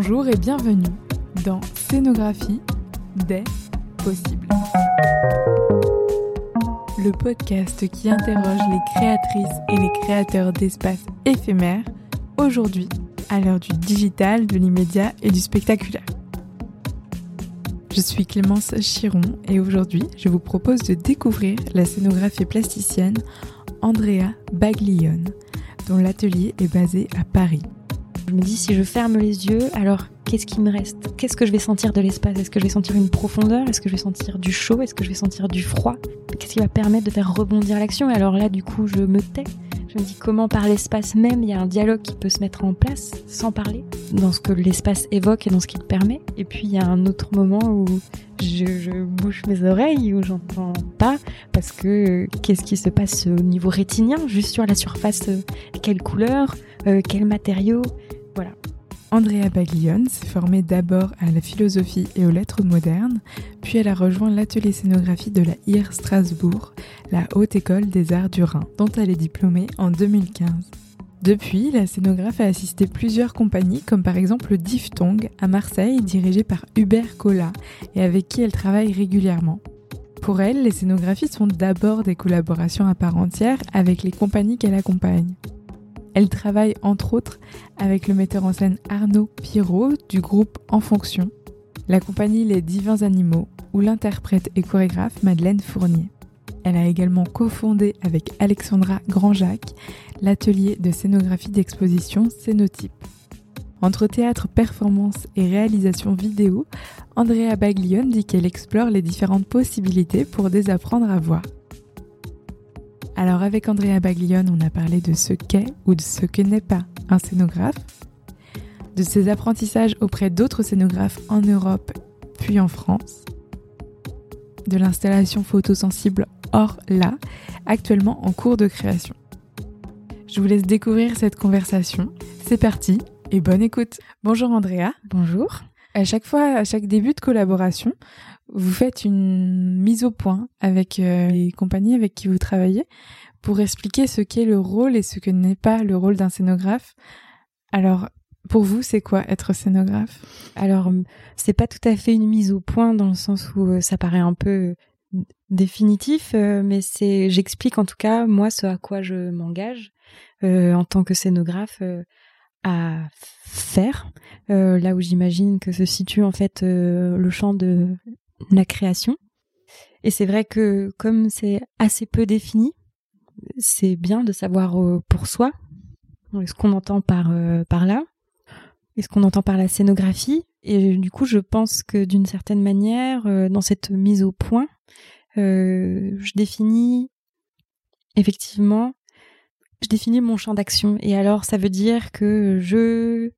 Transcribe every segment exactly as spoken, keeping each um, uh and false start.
Bonjour et bienvenue dans Scénographie des possibles. Le podcast qui interroge les créatrices et les créateurs d'espaces éphémères, aujourd'hui à l'heure du digital, de l'immédiat et du spectaculaire. Je suis Clémence Chiron et aujourd'hui, je vous propose de découvrir la scénographie plasticienne Andrea Baglione, dont l'atelier est basé à Paris. Je me dis, si je ferme les yeux, alors qu'est-ce qui me reste ? Qu'est-ce que je vais sentir de l'espace ? Est-ce que je vais sentir une profondeur ? Est-ce que je vais sentir du chaud ? Est-ce que je vais sentir du froid ? Qu'est-ce qui va permettre de faire rebondir l'action ? Et alors là, du coup, je me tais. Je me dis comment par l'espace même, il y a un dialogue qui peut se mettre en place sans parler, dans ce que l'espace évoque et dans ce qu'il permet. Et puis, il y a un autre moment où je, je bouche mes oreilles, où j'entends pas, parce que euh, qu'est-ce qui se passe au niveau rétinien, juste sur la surface, euh, quelle couleur, euh, quel matériau, voilà. Andrea Baglione s'est formée d'abord à la philosophie et aux lettres modernes, puis elle a rejoint l'atelier scénographie de la I R Strasbourg, la Haute École des Arts du Rhin, dont elle est diplômée en deux mille quinze. Depuis, la scénographe a assisté plusieurs compagnies, comme par exemple le Diphtongue à Marseille, dirigée par Hubert Collat, et avec qui elle travaille régulièrement. Pour elle, les scénographies sont d'abord des collaborations à part entière avec les compagnies qu'elle accompagne. Elle travaille entre autres avec le metteur en scène Arnaud Pirot du groupe En Fonction, la compagnie Les Divins Animaux ou l'interprète et chorégraphe Madeleine Fournier. Elle a également cofondé avec Alexandra Grandjacques l'atelier de scénographie d'exposition Scénotype. Entre théâtre, performance et réalisation vidéo, Andrea Baglione dit qu'elle explore les différentes possibilités pour désapprendre à voir. Alors avec Andrea Baglione, on a parlé de ce qu'est ou de ce que n'est pas un scénographe, de ses apprentissages auprès d'autres scénographes en Europe puis en France, de l'installation photosensible Orla, actuellement en cours de création. Je vous laisse découvrir cette conversation. C'est parti et bonne écoute. Bonjour Andrea. Bonjour. À chaque fois, à chaque début de collaboration, vous faites une mise au point avec euh, les compagnies avec qui vous travaillez pour expliquer ce qu'est le rôle et ce que n'est pas le rôle d'un scénographe. Alors, pour vous, c'est quoi être scénographe ? Alors, c'est pas tout à fait une mise au point dans le sens où euh, ça paraît un peu définitif, euh, mais c'est, j'explique en tout cas, moi, ce à quoi je m'engage euh, en tant que scénographe euh, à faire, euh, là où j'imagine que se situe en fait euh, le champ de la création. Et c'est vrai que comme c'est assez peu défini, c'est bien de savoir euh, pour soi ce qu'on entend par, euh, par là, et ce qu'on entend par la scénographie. Et du coup, je pense que d'une certaine manière, euh, dans cette mise au point, euh, je définis effectivement, je définis mon champ d'action. Et alors, ça veut dire que je...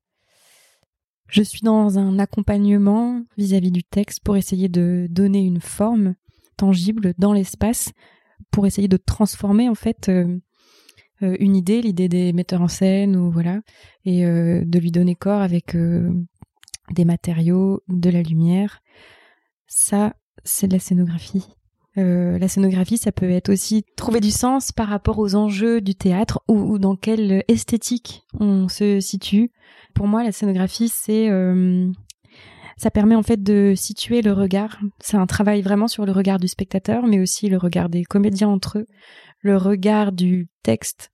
Je suis dans un accompagnement vis-à-vis du texte pour essayer de donner une forme tangible dans l'espace, pour essayer de transformer en fait euh, euh, une idée, l'idée des metteurs en scène ou voilà, et euh, de lui donner corps avec euh, des matériaux, de la lumière. Ça, c'est de la scénographie. Euh, la scénographie, ça peut être aussi trouver du sens par rapport aux enjeux du théâtre ou, ou dans quelle esthétique on se situe. Pour moi, la scénographie, c'est, euh, ça permet en fait de situer le regard. C'est un travail vraiment sur le regard du spectateur, mais aussi le regard des comédiens entre eux, le regard du texte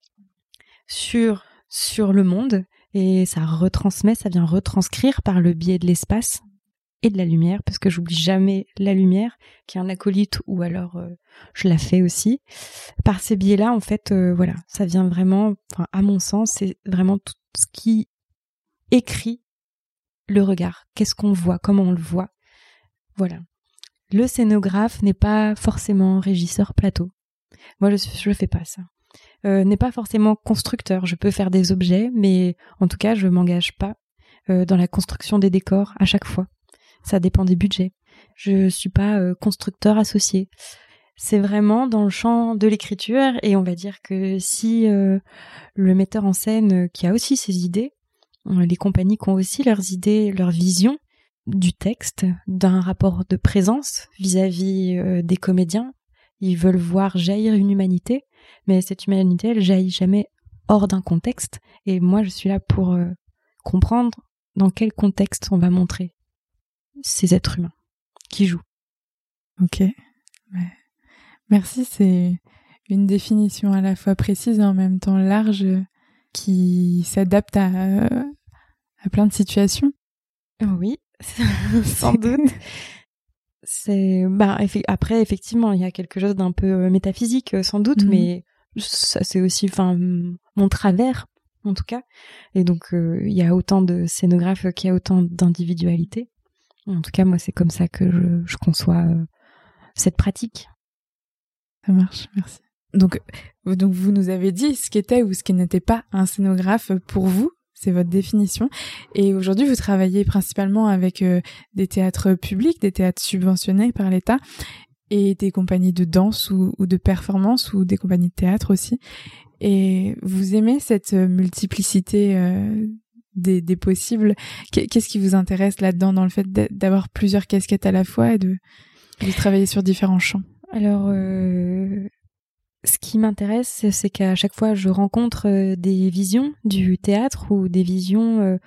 sur sur le monde, et ça retransmet, ça vient retranscrire par le biais de l'espace et de la lumière, parce que j'oublie jamais la lumière, qui est un acolyte, ou alors euh, je la fais aussi. Par ces biais-là, en fait, euh, voilà, ça vient vraiment, enfin, à mon sens, c'est vraiment tout ce qui écrit le regard. Qu'est-ce qu'on voit, comment on le voit. Voilà. Le scénographe n'est pas forcément régisseur plateau. Moi, je ne fais pas ça. Euh, n'est pas forcément constructeur. Je peux faire des objets, mais en tout cas, je m'engage pas euh, dans la construction des décors à chaque fois. Ça dépend des budgets. Je suis pas euh, constructeur associé. C'est vraiment dans le champ de l'écriture, et on va dire que si euh, le metteur en scène euh, qui a aussi ses idées, euh, les compagnies qui ont aussi leurs idées, leur vision du texte, d'un rapport de présence vis-à-vis euh, des comédiens, ils veulent voir jaillir une humanité, mais cette humanité, elle jaillit jamais hors d'un contexte, et moi je suis là pour euh, comprendre dans quel contexte on va montrer ces êtres humains qui jouent. Ok. Ouais. Merci, c'est une définition à la fois précise et en même temps large qui s'adapte à, à plein de situations. Oui, sans doute. C'est bah effe- après effectivement il y a quelque chose d'un peu métaphysique sans doute, mmh. mais ça c'est aussi enfin mon travers en tout cas, et donc euh, il y a autant de scénographes qu'il y a autant d'individualités. En tout cas moi c'est comme ça que je, je conçois euh, cette pratique. Ça marche, merci. Donc donc vous nous avez dit ce qu'était ou ce qui n'était pas un scénographe pour vous. C'est votre définition. Et aujourd'hui, vous travaillez principalement avec euh, des théâtres publics, des théâtres subventionnés par l'État et des compagnies de danse ou, ou de performance ou des compagnies de théâtre aussi. Et vous aimez cette multiplicité euh, des, des possibles. Qu'est-ce qui vous intéresse là-dedans, dans le fait d'avoir plusieurs casquettes à la fois et de, de travailler sur différents champs? Alors... Euh... Ce qui m'intéresse, c'est qu'à chaque fois, je rencontre des visions du théâtre ou des visions euh,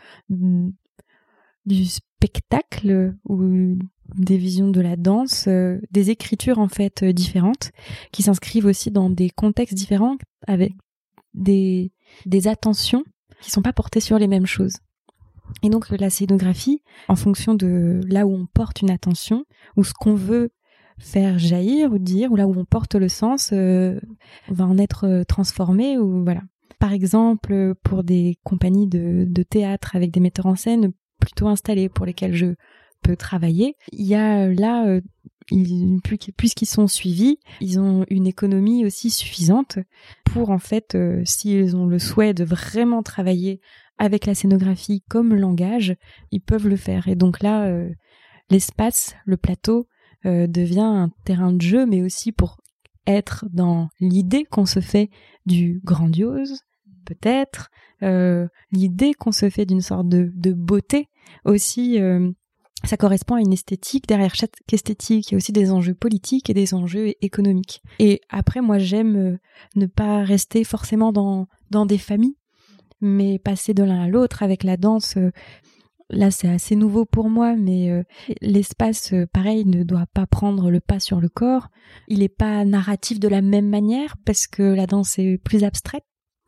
du spectacle ou des visions de la danse, euh, des écritures en fait différentes qui s'inscrivent aussi dans des contextes différents avec des, des attentions qui sont pas portées sur les mêmes choses. Et donc la scénographie, en fonction de là où on porte une attention ou ce qu'on veut faire jaillir ou dire, ou là où on porte le sens, euh, va en être transformé ou voilà. Par exemple, pour des compagnies de, de théâtre avec des metteurs en scène plutôt installés pour lesquels je peux travailler, il y a là, euh, ils, puisqu'ils sont suivis, ils ont une économie aussi suffisante pour en fait, euh, s'ils ont le souhait de vraiment travailler avec la scénographie comme langage, ils peuvent le faire. Et donc là, euh, l'espace, le plateau, Euh, devient un terrain de jeu, mais aussi pour être dans l'idée qu'on se fait du grandiose, peut-être, euh, l'idée qu'on se fait d'une sorte de, de beauté aussi. Euh, ça correspond à une esthétique. Derrière chaque esthétique, il y a aussi des enjeux politiques et des enjeux économiques. Et après, moi, j'aime euh, ne pas rester forcément dans, dans des familles, mais passer de l'un à l'autre avec la danse. Euh, Là, c'est assez nouveau pour moi, mais euh, l'espace, euh, pareil, ne doit pas prendre le pas sur le corps. Il n'est pas narratif de la même manière parce que la danse est plus abstraite.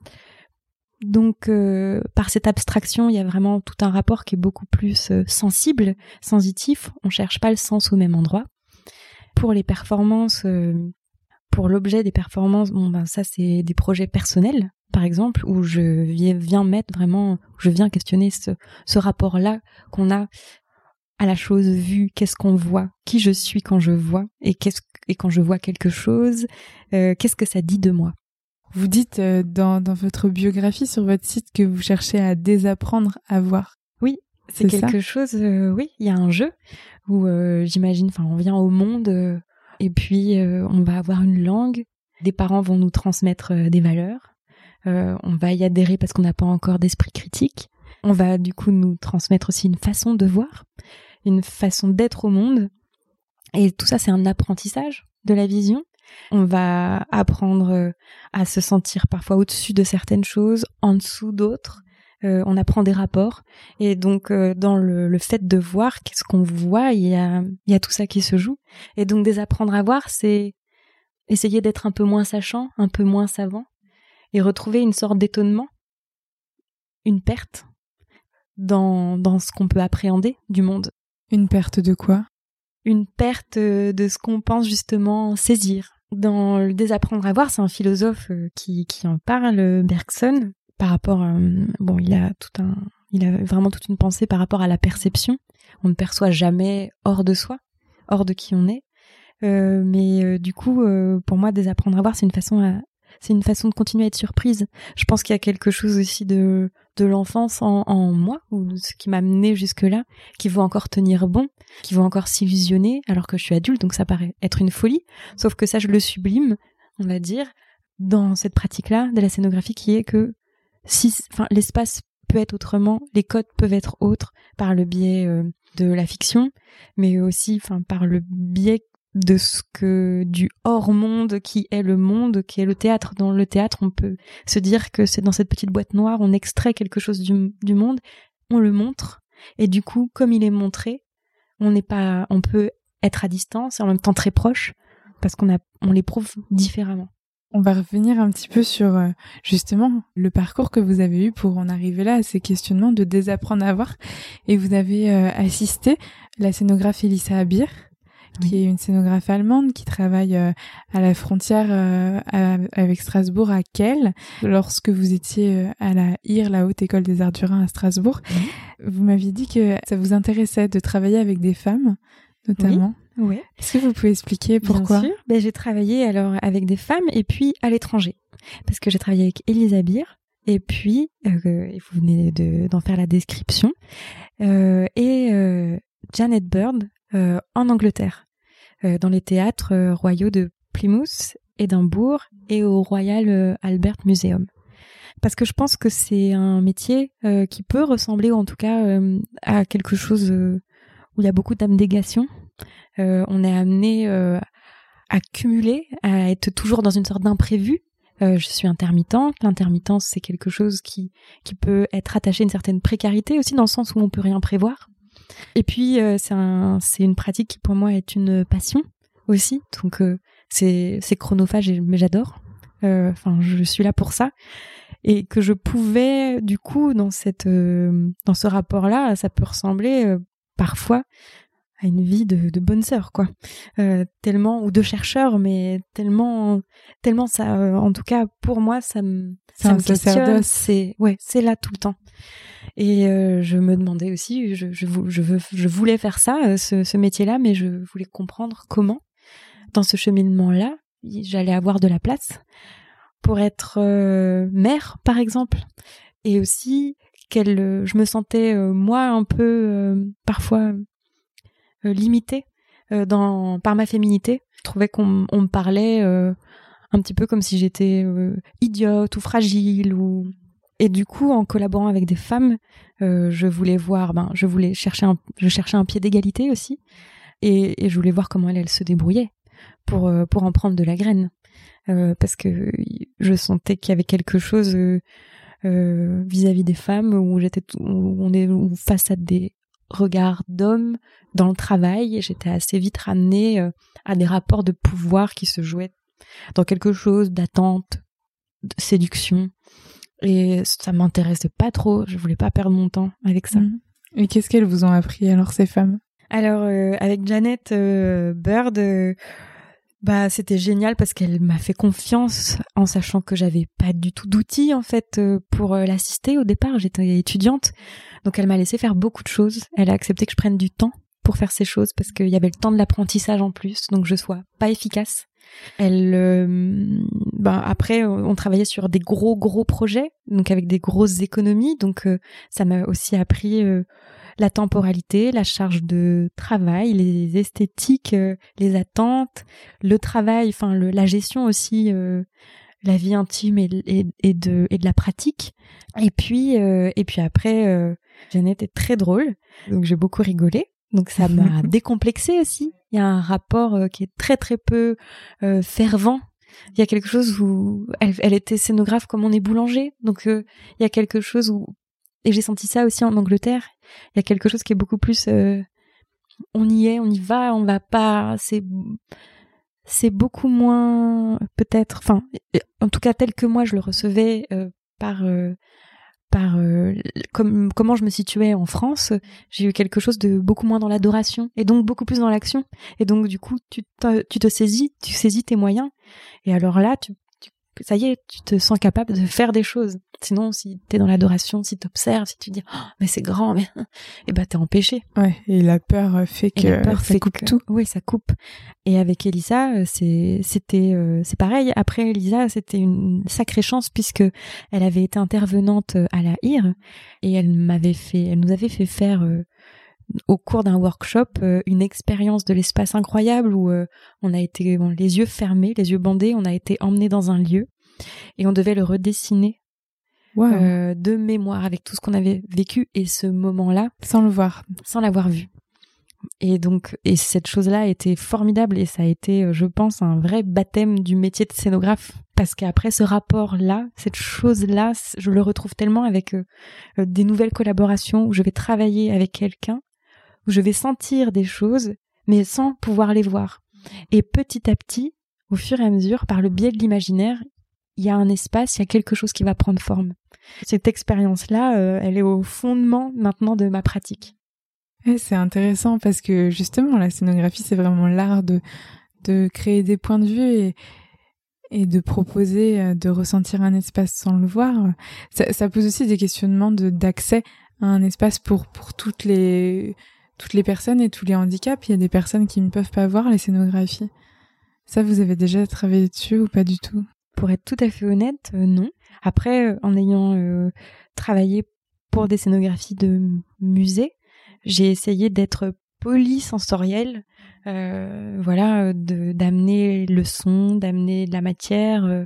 Donc, euh, par cette abstraction, il y a vraiment tout un rapport qui est beaucoup plus euh, sensible, sensitif. On cherche pas le sens au même endroit. Pour les performances, euh, pour l'objet des performances, bon ben ça c'est des projets personnels. Par exemple, où je viens mettre vraiment, je viens questionner ce, ce rapport-là qu'on a à la chose vue, qu'est-ce qu'on voit, qui je suis quand je vois, et, qu'est-ce, et quand je vois quelque chose, euh, qu'est-ce que ça dit de moi. Vous dites euh, dans, dans votre biographie sur votre site que vous cherchez à désapprendre à voir. Oui, c'est, c'est quelque ça chose, euh, oui, il y a un jeu où euh, j'imagine, enfin on vient au monde euh, et puis euh, on va avoir une langue, des parents vont nous transmettre euh, des valeurs. Euh, on va y adhérer parce qu'on n'a pas encore d'esprit critique. On va du coup nous transmettre aussi une façon de voir, une façon d'être au monde. Et tout ça, c'est un apprentissage de la vision. On va apprendre à se sentir parfois au-dessus de certaines choses, en dessous d'autres. Euh, on apprend des rapports. Et donc, euh, dans le, le fait de voir, qu'est-ce qu'on voit, il y a, il y a tout ça qui se joue. Et donc, désapprendre à voir, c'est essayer d'être un peu moins sachant, un peu moins savant. Et retrouver une sorte d'étonnement, une perte dans, dans ce qu'on peut appréhender du monde. Une perte de quoi ? Une perte de ce qu'on pense justement saisir. Dans le désapprendre à voir, c'est un philosophe qui, qui en parle, Bergson, par rapport à... Bon, il a, tout un, il a vraiment toute une pensée par rapport à la perception. On ne perçoit jamais hors de soi, hors de qui on est. Euh, mais euh, du coup, euh, pour moi, désapprendre à voir, c'est une façon à... C'est une façon de continuer à être surprise. Je pense qu'il y a quelque chose aussi de, de l'enfance en, en moi, ou ce qui m'a mené jusque-là, qui va encore tenir bon, qui va encore s'illusionner, alors que je suis adulte, donc ça paraît être une folie. Sauf que ça, je le sublime, on va dire, dans cette pratique-là de la scénographie, qui est que si, enfin, l'espace peut être autrement, les codes peuvent être autres par le biais euh, de la fiction, mais aussi, enfin, par le biais de ce que du hors-monde qui est le monde, qui est le théâtre. Dans le théâtre, on peut se dire que c'est dans cette petite boîte noire, on extrait quelque chose du, du monde, on le montre, Et du coup, comme il est montré, on n'est pas, on peut être à distance et en même temps très proche parce qu'on a, on l'éprouve différemment. On va revenir un petit peu sur euh, justement le parcours que vous avez eu pour en arriver là à ces questionnements de désapprendre à voir. Et vous avez euh, assisté la scénographe Elissa Abir, oui. qui est une scénographe allemande qui travaille euh, à la frontière euh, à, avec Strasbourg à Kehl. Lorsque vous étiez euh, à la I R, la Haute École des Arts du Rhin à Strasbourg, oui. vous m'aviez dit que ça vous intéressait de travailler avec des femmes, notamment. Oui. Oui. Est-ce que vous pouvez expliquer pourquoi ? Bien sûr. Ben, j'ai travaillé alors avec des femmes et puis à l'étranger. Parce que j'ai travaillé avec Elissa Abir et puis, euh, vous venez de, d'en faire la description, euh, et euh, Janet Bird euh, en Angleterre, euh, dans les théâtres euh, royaux de Plymouth, Édimbourg et au Royal euh, Albert Museum. Parce que je pense que c'est un métier euh, qui peut ressembler, ou en tout cas, euh, à quelque chose euh, où il y a beaucoup d'abnégation. Euh, on est amené euh, à cumuler, à être toujours dans une sorte d'imprévu. Euh, je suis intermittente. L'intermittence, c'est quelque chose qui qui peut être attaché à une certaine précarité aussi, dans le sens où on peut rien prévoir. Et puis euh, c'est un c'est une pratique qui pour moi est une passion aussi. Donc euh, c'est c'est chronophage, mais j'adore. Enfin, euh, je suis là pour ça. Et que je pouvais du coup dans cette euh, dans ce rapport-là, ça peut ressembler euh, parfois à une vie de, de bonne sœur, quoi. Euh, tellement, ou de chercheur, mais tellement, tellement ça, euh, en tout cas, pour moi, ça me, ça me questionne. C'est, ouais, c'est là tout le temps. Et euh, je me demandais aussi, je, je, je, veux, je voulais faire ça, ce, ce métier-là, mais je voulais comprendre comment, dans ce cheminement-là, j'allais avoir de la place pour être euh, mère, par exemple, et aussi qu'elle, je me sentais euh, moi un peu euh, parfois Euh, limitée euh, dans par ma féminité. Je trouvais qu'on on me parlait euh, un petit peu comme si j'étais euh, idiote ou fragile, ou et du coup en collaborant avec des femmes, euh, je voulais voir, ben je voulais chercher un, je cherchais un pied d'égalité aussi, et, et je voulais voir comment elles, elles se débrouillaient pour euh, pour en prendre de la graine, euh, parce que je sentais qu'il y avait quelque chose euh, euh, vis-à-vis des femmes où j'étais où on est où face à des regard d'homme dans le travail, j'étais assez vite ramenée euh, à des rapports de pouvoir qui se jouaient dans quelque chose d'attente, de séduction, et ça m'intéressait pas trop, je voulais pas perdre mon temps avec ça. Mmh. Et qu'est-ce qu'elles vous ont appris alors, ces femmes ? Alors euh, avec Janet euh, Bird, euh, bah c'était génial parce qu'elle m'a fait confiance en sachant que j'avais pas du tout d'outils en fait euh, pour euh, l'assister au départ. J'étais étudiante, donc elle m'a laissé faire beaucoup de choses. Elle a accepté que je prenne du temps pour faire ces choses parce qu'il y avait le temps de l'apprentissage en plus, donc je sois pas efficace. Elle, euh, ben après on travaillait sur des gros gros projets, donc avec des grosses économies, donc euh, ça m'a aussi appris euh, la temporalité, la charge de travail, les esthétiques, euh, les attentes, le travail, enfin le, la gestion aussi, euh, la vie intime et, et, et de et de la pratique. Et puis euh, et puis après, euh, Janet est très drôle, donc j'ai beaucoup rigolé. Donc ça m'a décomplexée aussi. Il y a un rapport euh, qui est très très peu euh, fervent. Il y a quelque chose où elle, elle était scénographe comme on est boulanger, donc euh, il y a quelque chose où, et j'ai senti ça aussi en Angleterre, il y a quelque chose qui est beaucoup plus euh, on y est, on y va, on va pas, c'est c'est beaucoup moins peut-être, enfin en tout cas tel que moi je le recevais euh, par euh, par euh, comme comment je me situais en France, j'ai eu quelque chose de beaucoup moins dans l'adoration et donc beaucoup plus dans l'action, et donc du coup tu te, tu te saisis, tu saisis tes moyens, et alors là tu, tu ça y est, tu te sens capable de faire des choses. Sinon, si t'es dans l'adoration, si t'observes, si tu dis oh, mais c'est grand, mais et bah t'es empêché. Ouais, et la peur fait que la peur ça fait coupe que... tout. Oui, ça coupe. Et avec Elissa, c'est c'était euh, c'est pareil. Après Elissa, c'était une sacrée chance puisque elle avait été intervenante à la I R et elle m'avait fait, elle nous avait fait faire euh, au cours d'un workshop euh, une expérience de l'espace incroyable où euh, on a été bon, les yeux fermés, les yeux bandés, on a été emmenés dans un lieu et on devait le redessiner. Wow. Euh, de mémoire avec tout ce qu'on avait vécu et ce moment-là sans le voir, sans l'avoir vu. Et donc, et cette chose-là a été formidable et ça a été, je pense, un vrai baptême du métier de scénographe. Parce qu'après ce rapport-là, cette chose-là, je le retrouve tellement avec euh, des nouvelles collaborations où je vais travailler avec quelqu'un, où je vais sentir des choses, mais sans pouvoir les voir. Et petit à petit, au fur et à mesure, par le biais de l'imaginaire, il y a un espace, il y a quelque chose qui va prendre forme. Cette expérience-là, euh, elle est au fondement maintenant de ma pratique. Ouais, c'est intéressant parce que justement la scénographie c'est vraiment l'art de de créer des points de vue et et de proposer de ressentir un espace sans le voir. Ça, ça pose aussi des questionnements de d'accès à un espace pour pour toutes les toutes les personnes et tous les handicaps. Il y a des personnes qui ne peuvent pas voir les scénographies. Ça, vous avez déjà travaillé dessus ou pas du tout? Pour être tout à fait honnête, euh, non. Après, euh, en ayant euh, travaillé pour des scénographies de musées, j'ai essayé d'être polysensorielle, euh, voilà, de, d'amener le son, d'amener de la matière euh,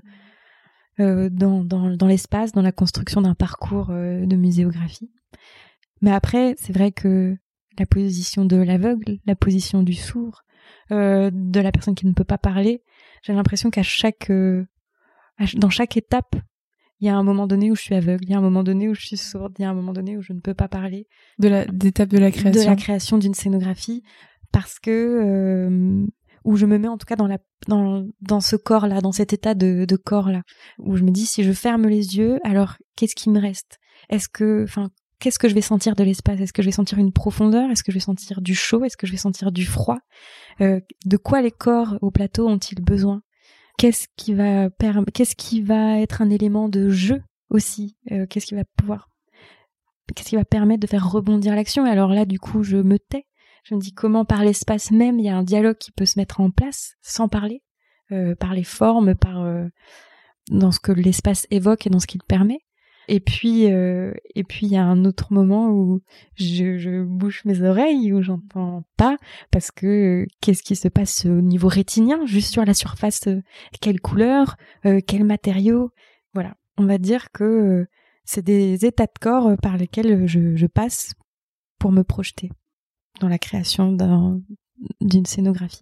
euh, dans, dans, dans l'espace, dans la construction d'un parcours euh, de muséographie. Mais après, c'est vrai que la position de l'aveugle, la position du sourd, euh, de la personne qui ne peut pas parler, j'ai l'impression qu'à chaque, euh, à, dans chaque étape, il y a un moment donné où je suis aveugle, il y a un moment donné où je suis sourde, il y a un moment donné où je ne peux pas parler. De la, d'étape de la création. De la création d'une scénographie, parce que, euh, où je me mets en tout cas dans la, dans, dans ce corps-là, dans cet état de, de corps-là, où je me dis, si je ferme les yeux, alors qu'est-ce qui me reste? Est-ce que, enfin, qu'est-ce que je vais sentir de l'espace? Est-ce que je vais sentir une profondeur? Est-ce que je vais sentir du chaud? Est-ce que je vais sentir du froid? euh, De quoi les corps au plateau ont-ils besoin? Qu'est-ce qui va per... qu'est-ce qui va être un élément de jeu aussi, euh, qu'est-ce qui va pouvoir, qu'est-ce qui va permettre de faire rebondir l'action? Et alors là, du coup, je me tais. Je me dis comment par l'espace même, il y a un dialogue qui peut se mettre en place sans parler, euh, par les formes, par euh, dans ce que l'espace évoque et dans ce qu'il permet. Et puis, euh, et puis il y a un autre moment où je, je bouche mes oreilles, où j'entends pas, parce que euh, qu'est-ce qui se passe au niveau rétinien, juste sur la surface, euh, quelle couleur, euh, quel matériau, voilà. On va dire que euh, c'est des états de corps par lesquels je, je passe pour me projeter dans la création d'un, d'une scénographie.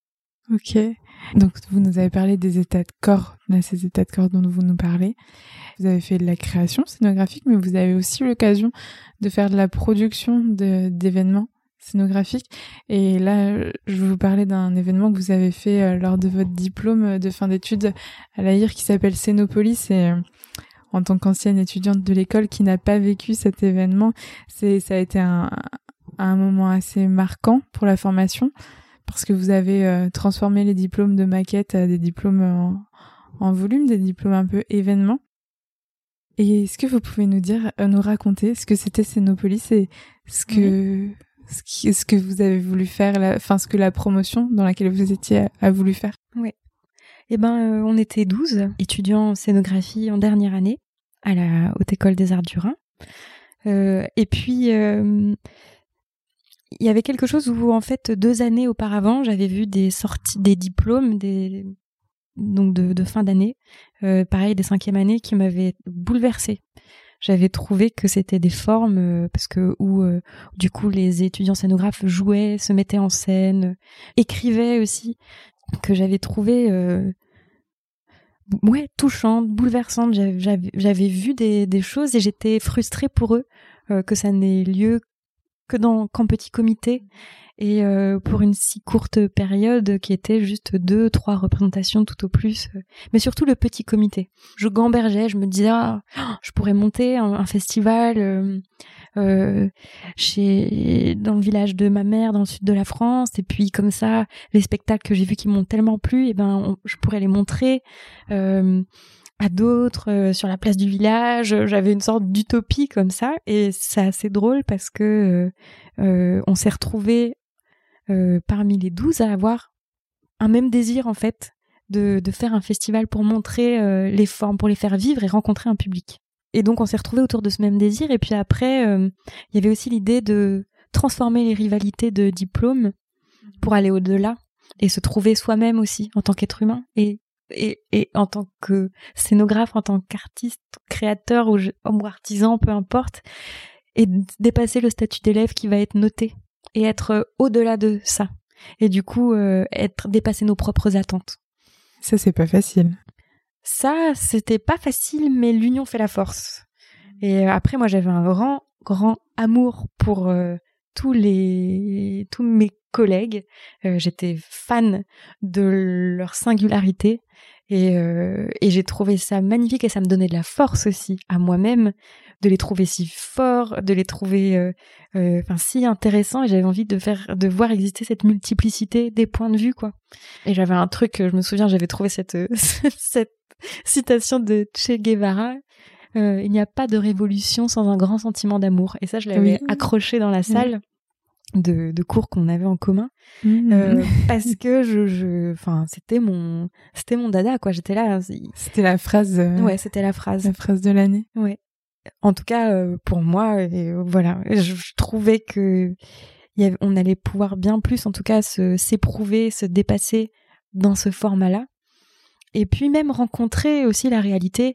Ok. Donc, vous nous avez parlé des états de corps, là, ces états de corps dont vous nous parlez. Vous avez fait de la création scénographique, mais vous avez aussi eu l'occasion de faire de la production de, d'événements scénographiques. Et là, je vais vous parler d'un événement que vous avez fait lors de votre diplôme de fin d'études à l'A I R qui s'appelle Scénopolis. Et en tant qu'ancienne étudiante de l'école qui n'a pas vécu cet événement, c'est, ça a été un, un moment assez marquant pour la formation, parce que vous avez euh, transformé les diplômes de maquette à des diplômes en, en volume, des diplômes un peu événements. Et est-ce que vous pouvez nous dire, euh, nous raconter ce que c'était Scénopolis et ce que, oui. ce, qui, ce que vous avez voulu faire, la, enfin ce que la promotion dans laquelle vous étiez a, a voulu faire? Oui. Eh ben, euh, on était douze étudiants en scénographie en dernière année à la Haute École des Arts du Rhin. Euh, et puis, euh, il y avait quelque chose où, en fait, deux années auparavant, j'avais vu des sorties, des diplômes, des donc de, de fin d'année, euh, pareil, des cinquièmes années, qui m'avaient bouleversée. J'avais trouvé que c'était des formes, euh, parce que où, euh, du coup, les étudiants scénographes jouaient, se mettaient en scène, écrivaient aussi, que j'avais trouvé, euh, ouais, touchante, bouleversante. J'avais, j'avais, j'avais vu des, des choses et j'étais frustrée pour eux, euh, que ça n'ait lieu que dans qu'en petit comité et euh, pour une si courte période qui était juste deux, trois représentations tout au plus, mais surtout le petit comité. Je gambergeais, je me disais ah, je pourrais monter un, un festival euh, euh, chez dans le village de ma mère dans le sud de la France, et puis comme ça les spectacles que j'ai vus qui m'ont tellement plu, et ben on, je pourrais les montrer euh, à d'autres, euh, sur la place du village. J'avais une sorte d'utopie comme ça, et c'est assez drôle parce que euh, euh, on s'est retrouvés euh, parmi les douze à avoir un même désir en fait de, de faire un festival pour montrer euh, les formes, pour les faire vivre et rencontrer un public. Et donc on s'est retrouvés autour de ce même désir, et puis après il euh, y avait aussi l'idée de transformer les rivalités de diplômes pour aller au-delà et se trouver soi-même aussi en tant qu'être humain, et Et, et en tant que scénographe, en tant qu'artiste, créateur ou, ou artisan, peu importe, et dépasser le statut d'élève qui va être noté et être au-delà de ça. Et du coup, euh, être dépasser nos propres attentes. Ça, c'est pas facile. Ça, c'était pas facile, mais l'union fait la force. Et après, moi, j'avais un grand, grand amour pour euh, tous les, tous mes collègues. Euh, j'étais fan de leur singularité et, euh, et j'ai trouvé ça magnifique et ça me donnait de la force aussi à moi-même de les trouver si forts, de les trouver, euh, euh, enfin si intéressants. Et j'avais envie de faire, de voir exister cette multiplicité des points de vue, quoi. Et j'avais un truc, je me souviens, j'avais trouvé cette cette citation de Che Guevara. Euh, il n'y a pas de révolution sans un grand sentiment d'amour. Et ça, je l'avais oui. accroché dans la salle oui. de, de cours qu'on avait en commun, mmh. euh, parce que je, je, enfin, c'était mon, c'était mon dada, quoi. J'étais là. C'était la phrase. Euh, ouais, c'était la phrase. La phrase de l'année. Ouais. En tout cas, euh, pour moi, et voilà, je, je trouvais que y avait, on allait pouvoir bien plus, en tout cas, se, s'éprouver, se dépasser dans ce format-là, et puis même rencontrer aussi la réalité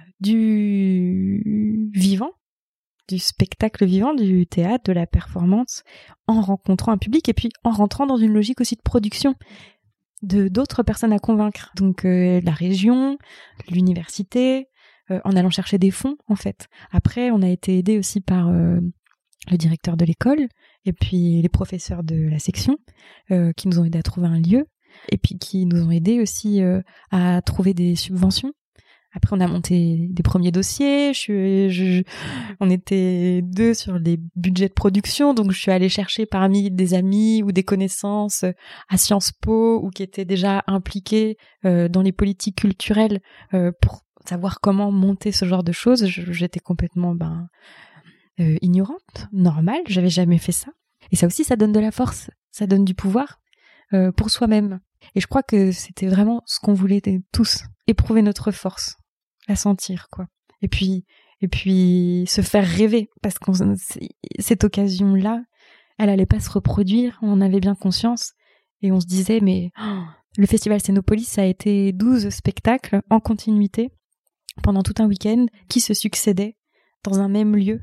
du vivant, du spectacle vivant, du théâtre, de la performance, en rencontrant un public et puis en rentrant dans une logique aussi de production de d'autres personnes à convaincre. Donc euh, la région, l'université, euh, en allant chercher des fonds en fait. Après, on a été aidé aussi par euh, le directeur de l'école et puis les professeurs de la section euh, qui nous ont aidés à trouver un lieu et puis qui nous ont aidés aussi euh, à trouver des subventions. Après, on a monté des premiers dossiers. Je suis, je, on était deux sur les budgets de production, donc je suis allée chercher parmi des amis ou des connaissances à Sciences Po ou qui étaient déjà impliqués euh, dans les politiques culturelles euh, pour savoir comment monter ce genre de choses. Je, j'étais complètement ben euh, ignorante, normale. J'avais jamais fait ça. Et ça aussi, ça donne de la force, ça donne du pouvoir euh, pour soi-même. Et je crois que c'était vraiment ce qu'on voulait tous, éprouver notre force, la sentir, quoi. Et puis, et puis se faire rêver, parce que cette occasion-là, elle allait pas se reproduire, on en avait bien conscience, et on se disait, mais oh, le festival Scénopolis, ça a été douze spectacles en continuité, pendant tout un week-end, qui se succédaient dans un même lieu,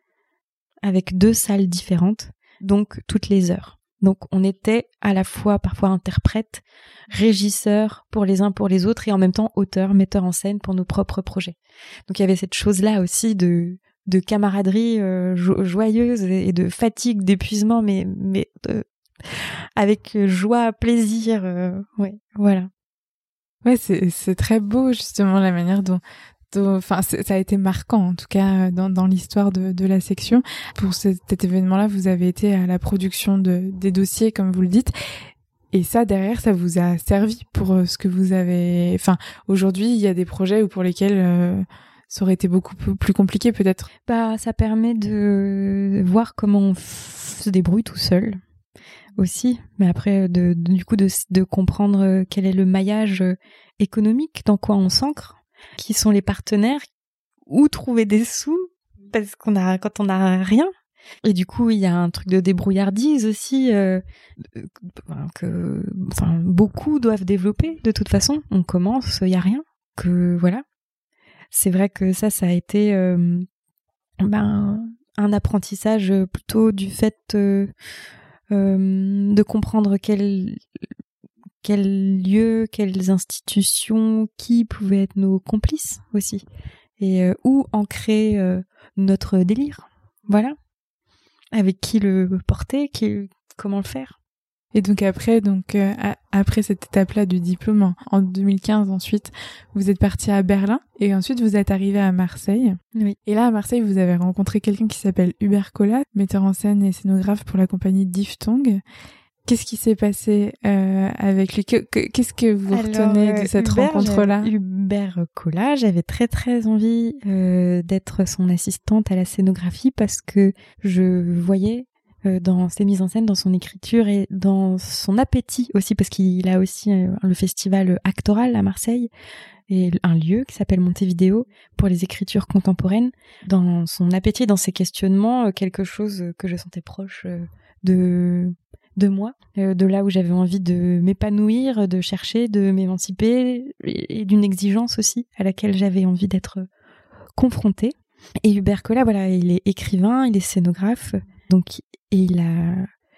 avec deux salles différentes, donc toutes les heures. Donc on était à la fois parfois interprète, régisseur pour les uns pour les autres et en même temps auteur, metteur en scène pour nos propres projets. Donc il y avait cette chose-là aussi de de camaraderie euh, jo- joyeuse et de fatigue, d'épuisement, mais mais euh, avec joie, plaisir, euh, ouais, voilà. Ouais, c'est c'est très beau justement la manière dont Enfin, ça a été marquant en tout cas dans, dans l'histoire de, de la section. Pour cet, cet événement-là, vous avez été à la production de, des dossiers, comme vous le dites, et ça derrière, ça vous a servi pour ce que vous avez. Enfin, aujourd'hui, il y a des projets où pour lesquels euh, ça aurait été beaucoup plus compliqué, peut-être. Bah, ça permet de voir comment on f- se débrouille tout seul aussi, mais après, de, de, du coup, de, de comprendre quel est le maillage économique, dans quoi on s'ancre. Qui sont les partenaires, où trouver des sous, parce qu'on a, quand on a rien. Et du coup, il y a un truc de débrouillardise aussi, euh, que, enfin, beaucoup doivent développer, de toute façon. On commence, il y a rien. Que, voilà. C'est vrai que ça, ça a été, euh, ben, un apprentissage plutôt du fait, euh, euh, de comprendre quel, quels lieux, quelles institutions, qui pouvaient être nos complices aussi, et euh, où ancrer euh, notre délire, voilà, avec qui le porter, qui, comment le faire. Et donc après, donc euh, à, après cette étape-là du diplôme en, en deux mille quinze, ensuite vous êtes parti à Berlin et ensuite vous êtes arrivé à Marseille. Oui. Et là à Marseille, vous avez rencontré quelqu'un qui s'appelle Hubert Collat, metteur en scène et scénographe pour la compagnie Diphtongue. Qu'est-ce qui s'est passé euh, avec lui? que, que, Qu'est-ce que vous Alors, retenez de cette Hubert, rencontre-là? Hubert Collat, j'avais très très envie euh, d'être son assistante à la scénographie parce que je voyais euh, dans ses mises en scène, dans son écriture et dans son appétit aussi, parce qu'il a aussi euh, le festival Actoral à Marseille et un lieu qui s'appelle Montevideo pour les écritures contemporaines. Dans son appétit, dans ses questionnements, euh, quelque chose que je sentais proche euh, de... de moi, euh, de là où j'avais envie de m'épanouir, de chercher, de m'émanciper, et, et d'une exigence aussi à laquelle j'avais envie d'être confrontée. Et Hubert Collat, voilà, il est écrivain, il est scénographe, donc et il a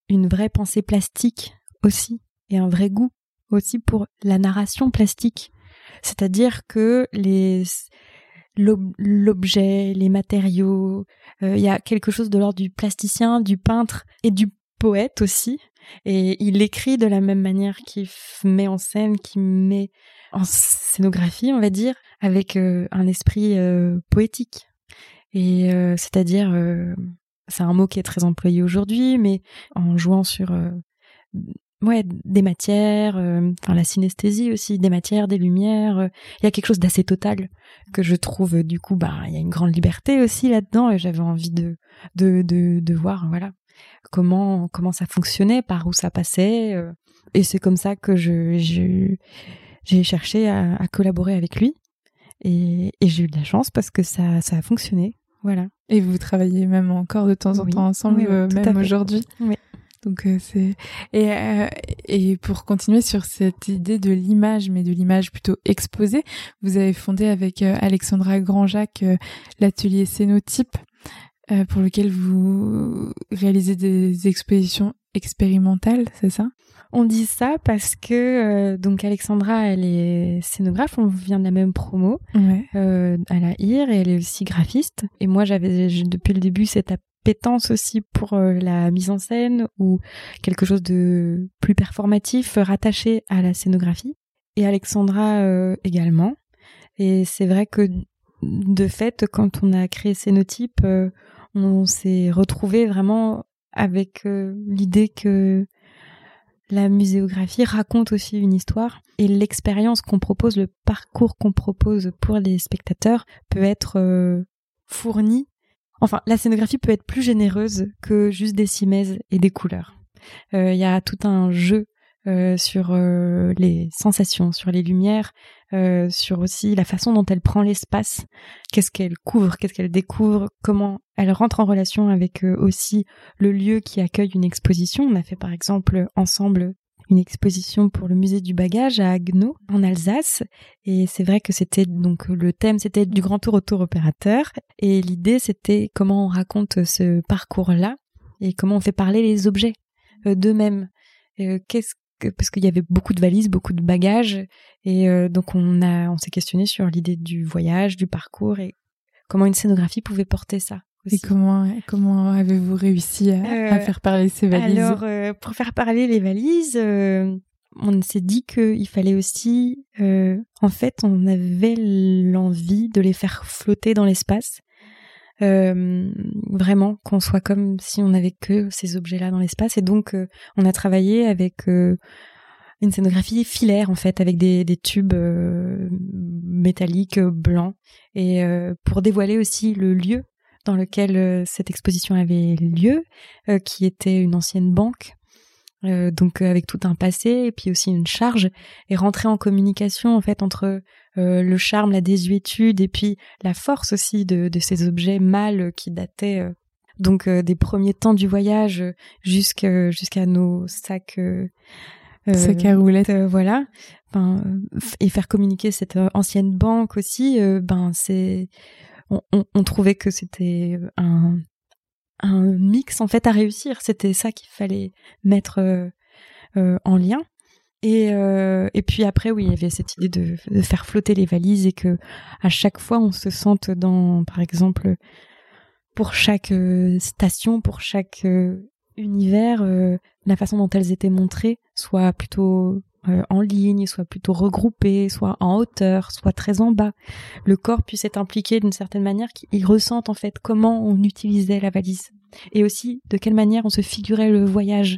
une vraie pensée plastique aussi, et un vrai goût aussi pour la narration plastique. C'est-à-dire que les, l'ob, l'objet, les matériaux, il euh, y a quelque chose de l'ordre du plasticien, du peintre et du poète aussi. Et il écrit de la même manière qu'il met en scène, qu'il met en scénographie, on va dire, avec euh, un esprit euh, poétique. Et euh, c'est-à-dire, euh, c'est un mot qui est très employé aujourd'hui, mais en jouant sur euh, ouais, des matières, euh, enfin la synesthésie aussi, des matières, des lumières. Il euh, y a quelque chose d'assez total que je trouve, du coup, bah, il y a une grande liberté aussi là-dedans, et j'avais envie de de de, de voir, voilà, comment comment ça fonctionnait, par où ça passait, euh, et c'est comme ça que je, je j'ai cherché à, à collaborer avec lui, et, et j'ai eu de la chance parce que ça ça a fonctionné, voilà. Et vous travaillez même encore de temps en oui, temps ensemble, oui, oui, euh, même aujourd'hui. Oui. Donc euh, c'est et euh, et pour continuer sur cette idée de l'image, mais de l'image plutôt exposée, vous avez fondé avec euh, Alexandra Grandjac euh, l'atelier Scénotype, euh, pour lequel vous réalisez des expositions expérimentales, c'est ça? On dit ça parce que euh, donc Alexandra, elle est scénographe, on vient de la même promo, ouais. euh, à la I R, et elle est aussi graphiste. Et moi, j'avais depuis le début cette appétence aussi pour euh, la mise en scène ou quelque chose de plus performatif, rattaché à la scénographie. Et Alexandra euh, également. Et c'est vrai que de fait, quand on a créé Scénotype, euh, on s'est retrouvé vraiment avec euh, l'idée que la muséographie raconte aussi une histoire, et l'expérience qu'on propose, le parcours qu'on propose pour les spectateurs peut être euh, fourni. Enfin, la scénographie peut être plus généreuse que juste des cimaises et des couleurs. Il euh, y a tout un jeu euh, sur euh, les sensations, sur les lumières, euh, sur aussi la façon dont elle prend l'espace, qu'est-ce qu'elle couvre, qu'est-ce qu'elle découvre, comment elle rentre en relation avec euh, aussi le lieu qui accueille une exposition. On a fait par exemple ensemble une exposition pour le musée du bagage à Haguenau en Alsace, et c'est vrai que c'était donc le thème, c'était du grand tour au tour opérateur, et l'idée c'était comment on raconte ce parcours-là et comment on fait parler les objets euh, d'eux-mêmes. Euh, qu'est-ce que, parce qu'il y avait beaucoup de valises, beaucoup de bagages, et euh, donc on a on s'est questionné sur l'idée du voyage, du parcours, et comment une scénographie pouvait porter ça. Aussi. Et comment comment avez-vous réussi à, euh, à faire parler ces valises? Alors, euh, pour faire parler les valises, euh, on s'est dit qu'il fallait aussi, euh, en fait, on avait l'envie de les faire flotter dans l'espace. Euh, vraiment, qu'on soit comme si on n'avait que ces objets-là dans l'espace. Et donc, euh, on a travaillé avec euh, une scénographie filaire, en fait, avec des, des tubes euh, métalliques euh, blancs, et euh, pour dévoiler aussi le lieu dans lequel euh, cette exposition avait lieu, euh, qui était une ancienne banque, euh, donc euh, avec tout un passé, et puis aussi une charge, et rentrer en communication en fait entre euh, le charme, la désuétude, et puis la force aussi de, de ces objets mâles qui dataient euh, donc euh, des premiers temps du voyage jusqu'à jusqu'à nos sacs euh, sacs à roulettes, euh, voilà. Enfin, et faire communiquer cette euh, ancienne banque aussi, euh, ben c'est On, on, on trouvait que c'était un, un mix en fait à réussir. C'était ça qu'il fallait mettre euh, euh, en lien. Et, euh, et puis après, oui, il y avait cette idée de, de faire flotter les valises, et que à chaque fois, on se sente dans, par exemple, pour chaque euh, station, pour chaque euh, univers, euh, la façon dont elles étaient montrées soit plutôt Euh, en ligne, soit plutôt regroupé, soit en hauteur, soit très en bas. Le corps puisse être impliqué d'une certaine manière, qu'il ressente en fait comment on utilisait la valise, et aussi de quelle manière on se figurait le voyage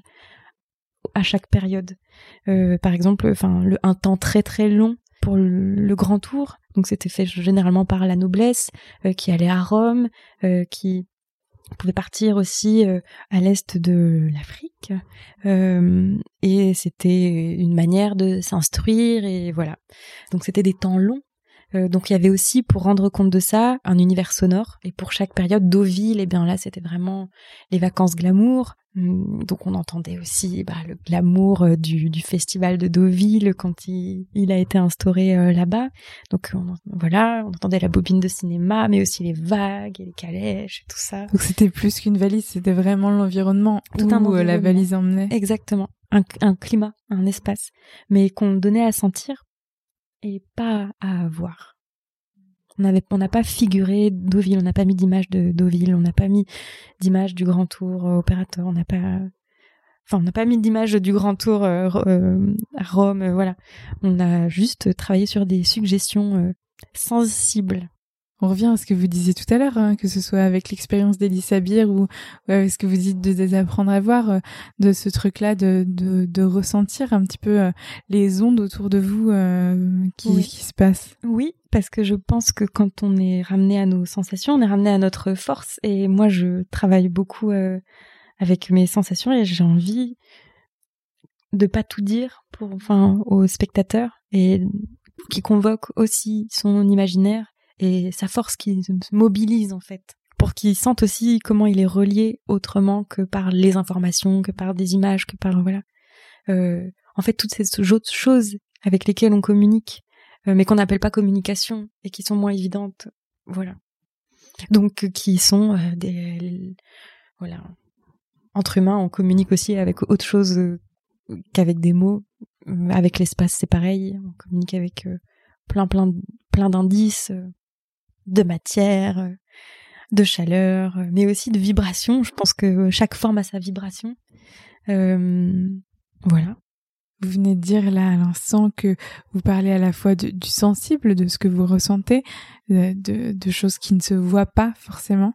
à chaque période. Euh, par exemple, enfin, le, un temps très très long pour le, le grand tour, donc c'était fait généralement par la noblesse euh, qui allait à Rome, euh, qui on pouvait partir aussi euh, à l'est de l'Afrique, euh, et c'était une manière de s'instruire, et voilà. Donc c'était des temps longs, Euh, donc il y avait aussi, pour rendre compte de ça, un univers sonore. Et pour chaque période, Deauville, eh bien là, c'était vraiment les vacances glamour. Donc on entendait aussi bah, le glamour euh, du, du festival de Deauville quand il, il a été instauré euh, là-bas. Donc on, voilà, on entendait la bobine de cinéma, mais aussi les vagues et les calèches et tout ça. Donc c'était plus qu'une valise, c'était vraiment l'environnement tout où un environnement. La valise emmenait. Exactement, un, un climat, un espace, mais qu'on donnait à sentir et pas à voir. On avait, on n'a pas figuré Deauville, on n'a pas mis d'image de Deauville, on n'a pas mis d'image du Grand Tour euh, opérateur, on n'a pas, enfin, on n'a pas mis d'image du Grand Tour euh, euh, à Rome, euh, voilà. On a juste travaillé sur des suggestions euh, sensibles. On revient à ce que vous disiez tout à l'heure, hein, que ce soit avec l'expérience d'Elie Sabir ou, ou avec ce que vous dites de désapprendre à voir, euh, de ce truc-là, de, de, de ressentir un petit peu euh, les ondes autour de vous euh, qui, oui. qui se passent. Oui, parce que je pense que quand on est ramené à nos sensations, on est ramené à notre force. Et moi, je travaille beaucoup euh, avec mes sensations et j'ai envie de pas tout dire pour, enfin, aux spectateurs et qui convoque aussi son imaginaire et sa force qui se mobilise en fait, pour qu'ils sentent aussi comment il est relié autrement que par les informations, que par des images, que par voilà. Euh, en fait, toutes ces autres choses avec lesquelles on communique, euh, mais qu'on n'appelle pas communication et qui sont moins évidentes, voilà. Donc euh, qui sont euh, des voilà. Entre humains, on communique aussi avec autre chose euh, qu'avec des mots. Euh, avec l'espace, c'est pareil. On communique avec euh, plein, plein, plein d'indices. Euh, de matière, de chaleur, mais aussi de vibration. Je pense que chaque forme a sa vibration. Euh, voilà. Vous venez de dire là à l'instant que vous parlez à la fois de, du sensible, de ce que vous ressentez, de, de, de choses qui ne se voient pas forcément.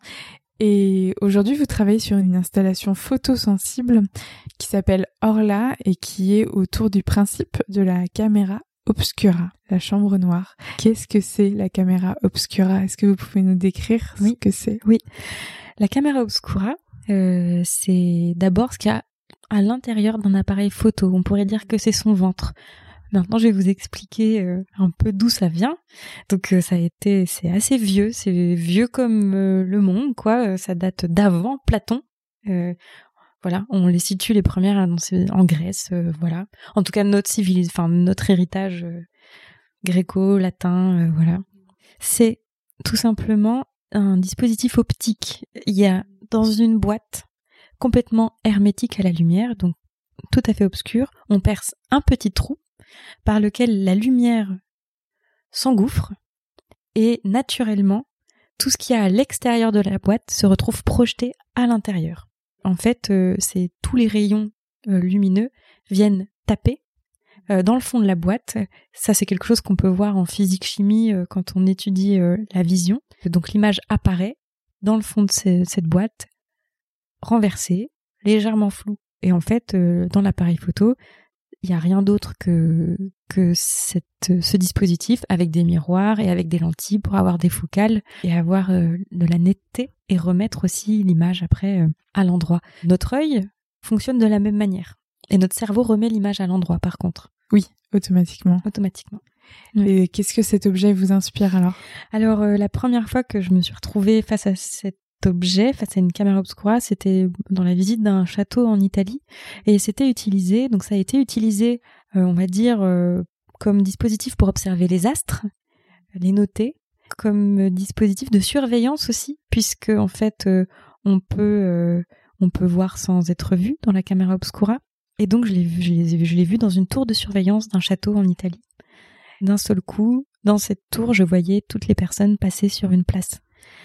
Et aujourd'hui, vous travaillez sur une installation photosensible qui s'appelle Orla et qui est autour du principe de la caméra obscura, la chambre noire. Qu'est-ce que c'est la caméra obscura? Est-ce que vous pouvez nous décrire ce oui. que c'est? Oui. La caméra obscura, euh, c'est d'abord ce qu'il y a à l'intérieur d'un appareil photo. On pourrait dire que c'est son ventre. Maintenant, je vais vous expliquer euh, un peu d'où ça vient. Donc, euh, ça a été, c'est assez vieux. C'est vieux comme euh, le monde, quoi. Ça date d'avant Platon. Euh, Voilà, on les situe les premières en Grèce, euh, voilà. En tout cas, notre civilis, enfin notre héritage euh, gréco-latin, euh, voilà. C'est tout simplement un dispositif optique. Il y a dans une boîte complètement hermétique à la lumière, donc tout à fait obscure, on perce un petit trou par lequel la lumière s'engouffre et naturellement, tout ce qu'il y a à l'extérieur de la boîte se retrouve projeté à l'intérieur. En fait, euh, c'est tous les rayons euh, lumineux viennent taper euh, dans le fond de la boîte. Ça, c'est quelque chose qu'on peut voir en physique-chimie euh, quand on étudie euh, la vision. Donc l'image apparaît dans le fond de ces, cette boîte, renversée, légèrement floue. Et en fait, euh, dans l'appareil photo, il n'y a rien d'autre que, que cette, ce dispositif avec des miroirs et avec des lentilles pour avoir des focales et avoir euh, de la netteté et remettre aussi l'image après euh, à l'endroit. Notre œil fonctionne de la même manière et notre cerveau remet l'image à l'endroit par contre. Oui, automatiquement. Automatiquement. Oui. Et qu'est-ce que cet objet vous inspire alors? Alors euh, la première fois que je me suis retrouvée face à cet objet, face à une caméra obscura, c'était dans la visite d'un château en Italie et c'était utilisé, donc ça a été utilisé, euh, on va dire, euh, comme dispositif pour observer les astres, les noter, comme dispositif de surveillance aussi, puisque en fait euh, on peut euh, on peut voir sans être vu dans la caméra obscura. Et donc je l'ai vu, je l'ai, je l'ai vu dans une tour de surveillance d'un château en Italie. D'un seul coup, dans cette tour, je voyais toutes les personnes passer sur une place.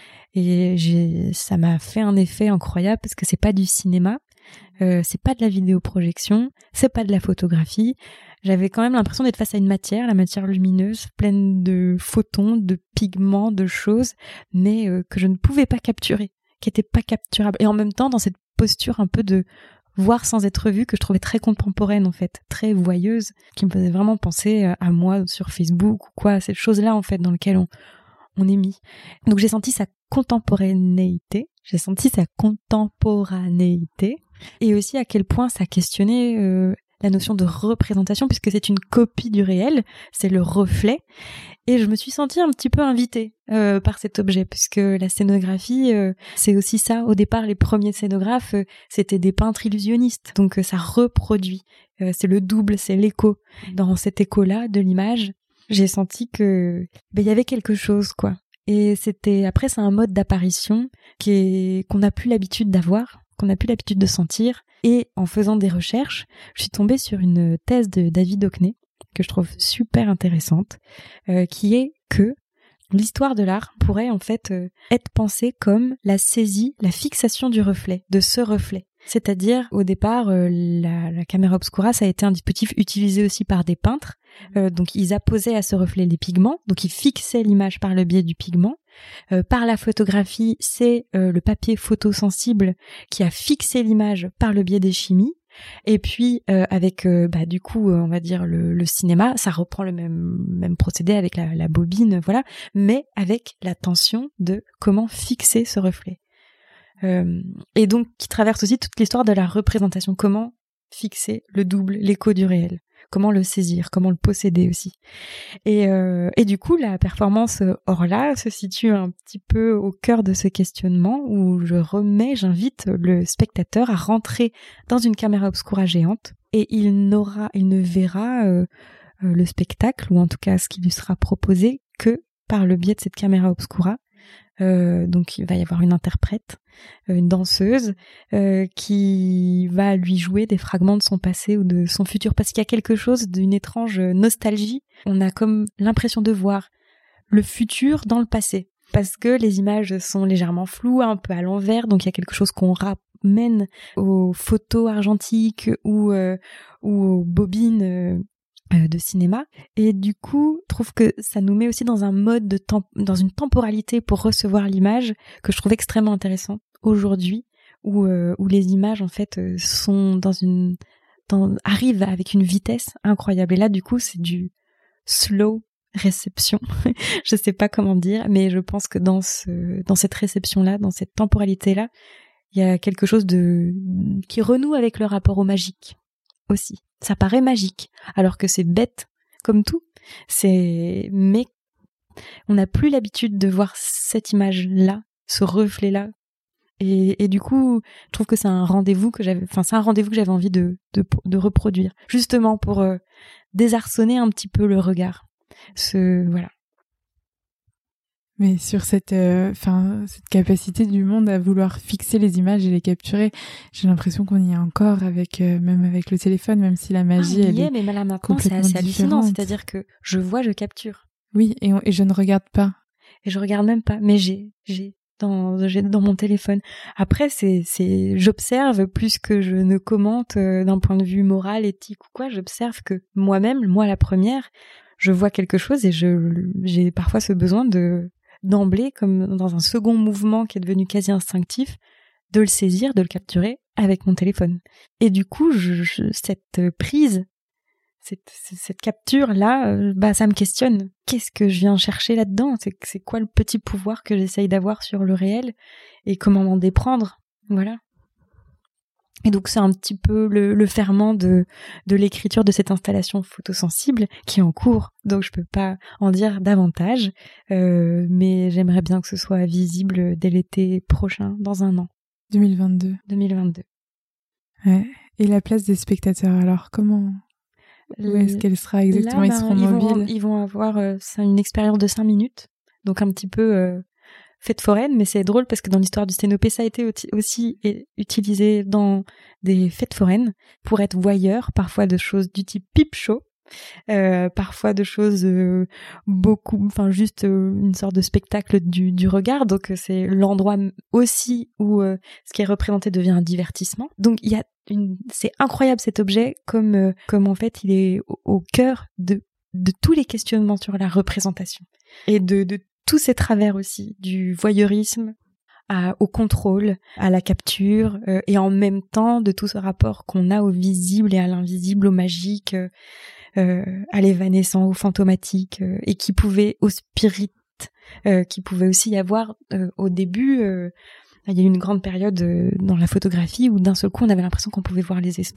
Et j'ai, ça m'a fait un effet incroyable parce que c'est pas du cinéma, euh, c'est pas de la vidéoprojection, c'est pas de la photographie. J'avais quand même l'impression d'être face à une matière, la matière lumineuse, pleine de photons, de pigments, de choses, mais euh, que je ne pouvais pas capturer, qui n'étaient pas capturables. Et en même temps, dans cette posture un peu de voir sans être vue, que je trouvais très contemporaine en fait, très voyeuse, qui me faisait vraiment penser à moi sur Facebook ou quoi, cette chose-là en fait dans laquelle on on est mis. Donc j'ai senti sa contemporanéité, j'ai senti sa contemporanéité, et aussi à quel point ça questionnait euh, la notion de représentation puisque c'est une copie du réel, c'est le reflet. Et je me suis sentie un petit peu invitée euh, par cet objet, puisque la scénographie, euh, c'est aussi ça. Au départ, les premiers scénographes, euh, c'était des peintres illusionnistes. Donc euh, ça reproduit. Euh, c'est le double, c'est l'écho. Dans cet écho-là de l'image, j'ai senti que ben, y avait quelque chose, quoi. Et c'était après, c'est un mode d'apparition qui est qu'on n'a plus l'habitude d'avoir, qu'on n'a plus l'habitude de sentir. Et en faisant des recherches, je suis tombée sur une thèse de David Hockney, que je trouve super intéressante, euh, qui est que l'histoire de l'art pourrait en fait euh, être pensée comme la saisie, la fixation du reflet, de ce reflet. C'est-à-dire, au départ, euh, la, la caméra obscura, ça a été un dispositif utilisé aussi par des peintres. Euh, donc, ils apposaient à ce reflet les pigments, donc ils fixaient l'image par le biais du pigment. Euh, par la photographie, c'est euh, le papier photosensible qui a fixé l'image par le biais des chimies. Et puis euh, avec euh, bah du coup euh, on va dire le, le cinéma, ça reprend le même même procédé avec la, la bobine, voilà, mais avec la tension de comment fixer ce reflet. Euh, et donc qui traverse aussi toute l'histoire de la représentation, comment fixer le double, l'écho du réel, comment le saisir, comment le posséder aussi. Et, euh, et du coup, la performance Orla se situe un petit peu au cœur de ce questionnement où je remets, j'invite le spectateur à rentrer dans une caméra obscura géante et il n'aura, il ne verra euh, euh, le spectacle, ou en tout cas ce qui lui sera proposé, que par le biais de cette caméra obscura. Euh, donc il va y avoir une interprète, une danseuse euh, qui va lui jouer des fragments de son passé ou de son futur, parce qu'il y a quelque chose d'une étrange nostalgie. On a comme l'impression de voir le futur dans le passé, parce que les images sont légèrement floues, un peu à l'envers, donc il y a quelque chose qu'on ramène aux photos argentiques ou, euh, ou aux bobines euh, de cinéma, et du coup je trouve que ça nous met aussi dans un mode de temps, dans une temporalité pour recevoir l'image que je trouve extrêmement intéressante aujourd'hui, où euh, où les images en fait sont dans une dans, arrivent avec une vitesse incroyable, et là du coup c'est du slow réception je sais pas comment dire, mais je pense que dans ce dans cette réception là, dans cette temporalité là, il y a quelque chose de qui renoue avec le rapport au magique aussi. Ça paraît magique, alors que c'est bête comme tout. C'est, mais on n'a plus l'habitude de voir cette image-là, ce reflet-là. Et, et du coup, je trouve que c'est un rendez-vous que j'avais, enfin, c'est un rendez-vous que j'avais envie de, de, de reproduire. Justement pour euh, désarçonner un petit peu le regard. Ce, voilà. Mais sur cette, euh, fin, cette capacité du monde à vouloir fixer les images et les capturer, j'ai l'impression qu'on y est encore avec, euh, même avec le téléphone, même si la magie, ah, elle est, est mais là maintenant c'est assez hallucinant, c'est-à-dire que je vois, je capture. Oui, et, on, et je ne regarde pas. Et je regarde même pas, mais j'ai, j'ai dans, j'ai dans mon téléphone. Après, c'est, c'est, j'observe plus que je ne commente euh, d'un point de vue moral, éthique ou quoi. J'observe que moi-même, moi la première, je vois quelque chose et je, j'ai parfois ce besoin de d'emblée, comme dans un second mouvement qui est devenu quasi instinctif, de le saisir, de le capturer avec mon téléphone. Et du coup, je, je, cette prise, cette, cette capture-là, euh, bah, ça me questionne. Qu'est-ce que je viens chercher là-dedans ? C'est, c'est quoi le petit pouvoir que j'essaye d'avoir sur le réel ? Et comment m'en déprendre ? Voilà. Et donc c'est un petit peu le, le ferment de, de l'écriture de cette installation photosensible qui est en cours, donc je peux pas en dire davantage, euh, mais j'aimerais bien que ce soit visible dès l'été prochain, dans un an. deux mille vingt-deux. deux mille vingt-deux. Ouais. Et la place des spectateurs, alors comment ? Où est-ce qu'elle sera exactement ? Là, Ils ben, seront ils mobiles vont, ils vont avoir euh, une expérience de cinq minutes, donc un petit peu... Euh, fête foraine, mais c'est drôle parce que dans l'histoire du Sténopé, ça a été aussi utilisé dans des fêtes foraines pour être voyeur, parfois de choses du type pipe show, euh, parfois de choses euh, beaucoup, enfin juste euh, une sorte de spectacle du, du regard. Donc c'est l'endroit aussi où euh, ce qui est représenté devient un divertissement. Donc il y a une, c'est incroyable cet objet, comme euh, comme en fait il est au, au cœur de de tous les questionnements sur la représentation et de de tous ces travers aussi, du voyeurisme à, au contrôle, à la capture, euh, et en même temps de tout ce rapport qu'on a au visible et à l'invisible, au magique, euh, euh, à l'évanescent, au fantomatique, euh, et qui pouvait, au spirit, euh, qui pouvait aussi y avoir euh, au début, euh, il y a eu une grande période euh, dans la photographie où d'un seul coup on avait l'impression qu'on pouvait voir les esprits.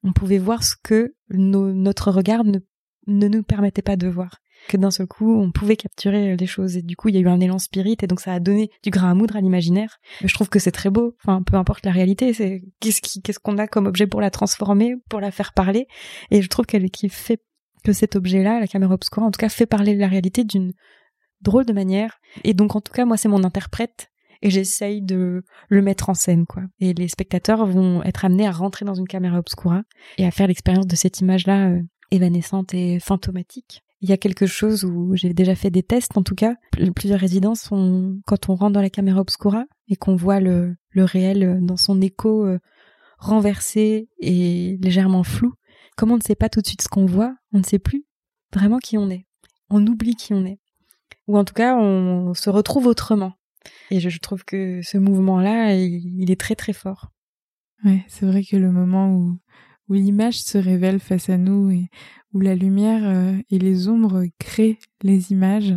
On pouvait voir ce que nos, notre regard ne, ne nous permettait pas de voir. Que d'un seul coup, on pouvait capturer les choses. Et du coup, il y a eu un élan spirit, et donc ça a donné du grain à moudre à l'imaginaire. Je trouve que c'est très beau. Enfin, peu importe la réalité, c'est qu'est-ce qui, qu'est-ce qu'on a comme objet pour la transformer, pour la faire parler. Et je trouve qu'elle qui fait que cet objet-là, la caméra obscura, en tout cas, fait parler la réalité d'une drôle de manière. Et donc, en tout cas, moi, c'est mon interprète. Et j'essaye de le mettre en scène, quoi. Et les spectateurs vont être amenés à rentrer dans une caméra obscura et à faire l'expérience de cette image-là euh, évanescente et fantomatique. Il y a quelque chose où j'ai déjà fait des tests, en tout cas. Plusieurs résidences sont, quand on rentre dans la caméra obscura et qu'on voit le, le réel dans son écho euh, renversé et légèrement flou, comme on ne sait pas tout de suite ce qu'on voit, on ne sait plus vraiment qui on est. On oublie qui on est. Ou en tout cas, on se retrouve autrement. Et je, je trouve que ce mouvement-là, il, il est très très fort. Ouais, c'est vrai que le moment où, où l'image se révèle face à nous et où la lumière euh, et les ombres créent les images,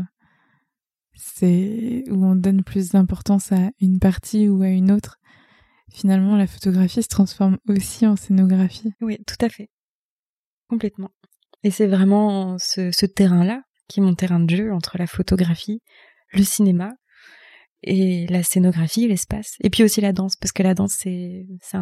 c'est où on donne plus d'importance à une partie ou à une autre. Finalement, la photographie se transforme aussi en scénographie. Oui, tout à fait. Complètement. Et c'est vraiment ce, ce terrain-là qui est mon terrain de jeu entre la photographie, le cinéma, et la scénographie, l'espace, et puis aussi la danse, parce que la danse, c'est, ça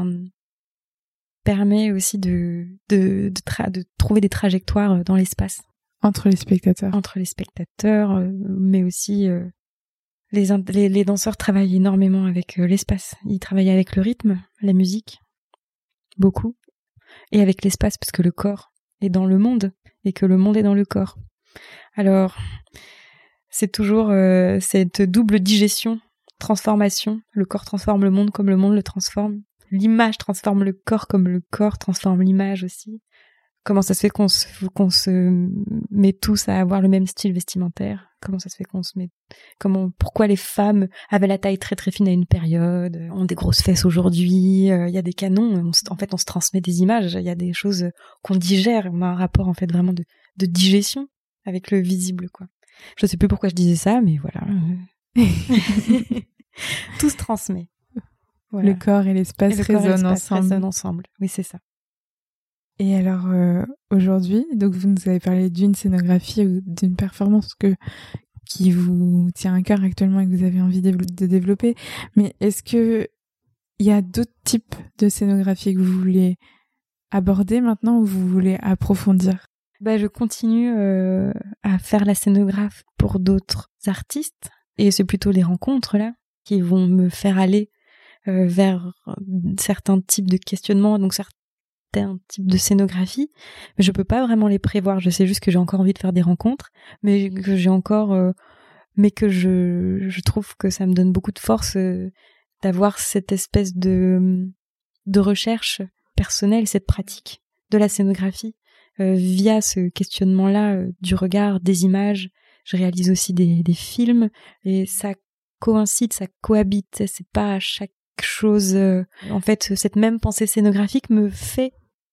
permet aussi de, de, de, tra- de trouver des trajectoires dans l'espace. Entre les spectateurs. Entre les spectateurs, euh, mais aussi euh, les, les, les danseurs travaillent énormément avec euh, l'espace. Ils travaillent avec le rythme, la musique, beaucoup, et avec l'espace, parce que le corps est dans le monde, et que le monde est dans le corps. Alors... c'est toujours euh, cette double digestion, transformation. Le corps transforme le monde comme le monde le transforme. L'image transforme le corps comme le corps transforme l'image aussi. Comment ça se fait qu'on se, qu'on se met tous à avoir le même style vestimentaire? Comment ça se fait qu'on se met... Comment, pourquoi les femmes avaient la taille très très fine à une période, ont des grosses fesses aujourd'hui? Il euh, y a des canons. On se, en fait, on se transmet des images. Il y a des choses qu'on digère. On a un rapport en fait vraiment de, de digestion avec le visible, quoi. Je sais plus pourquoi je disais ça, mais voilà. Tout se transmet. Voilà. Le corps et l'espace, et le résonnent, corps et l'espace ensemble. résonnent ensemble. Oui, c'est ça. Et alors, euh, aujourd'hui, donc vous nous avez parlé d'une scénographie ou d'une performance que, qui vous tient à cœur actuellement et que vous avez envie de, de développer. Mais est-ce que il y a d'autres types de scénographie que vous voulez aborder maintenant ou vous voulez approfondir? Bah, je continue euh, à faire la scénographe pour d'autres artistes, et c'est plutôt les rencontres là qui vont me faire aller euh, vers certains types de questionnements, donc certains types de scénographie. Mais je peux pas vraiment les prévoir. Je sais juste que j'ai encore envie de faire des rencontres, mais que j'ai encore, euh, mais que je je trouve que ça me donne beaucoup de force euh, d'avoir cette espèce de de recherche personnelle, cette pratique de la scénographie. Euh, via ce questionnement-là euh, du regard, des images, je réalise aussi des, des films, et ça coïncide, ça cohabite, c'est pas chaque chose... Euh... En fait, cette même pensée scénographique me fait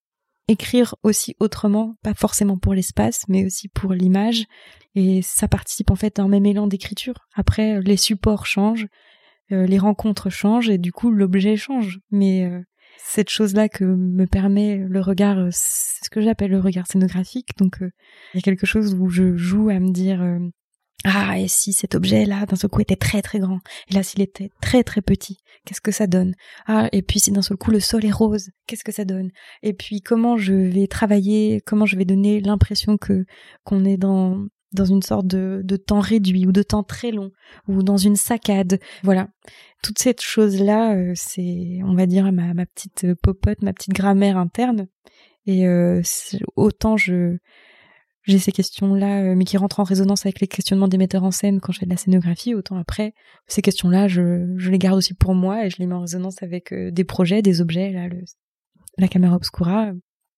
écrire aussi autrement, pas forcément pour l'espace, mais aussi pour l'image, et ça participe en fait à un même élan d'écriture. Après, les supports changent, euh, les rencontres changent, et du coup, l'objet change, mais... Euh... cette chose-là que me permet le regard, c'est ce que j'appelle le regard scénographique. Donc, euh, il y a quelque chose où je joue à me dire euh, ah, et si cet objet-là, d'un seul coup, était très très grand, et là, s'il était très très petit, qu'est-ce que ça donne? Ah, et puis si d'un seul coup, le sol est rose, qu'est-ce que ça donne? Et puis, comment je vais travailler, comment je vais donner l'impression que qu'on est dans... dans une sorte de, de temps réduit ou de temps très long ou dans une saccade. Voilà. Toute cette chose-là, euh, c'est, on va dire, ma, ma petite popote, ma petite grammaire interne. Et euh, autant je j'ai ces questions-là, euh, mais qui rentrent en résonance avec les questionnements des metteurs en scène quand je fais de la scénographie, autant après, ces questions-là, je, je les garde aussi pour moi et je les mets en résonance avec euh, des projets, des objets, là, le, la caméra obscura.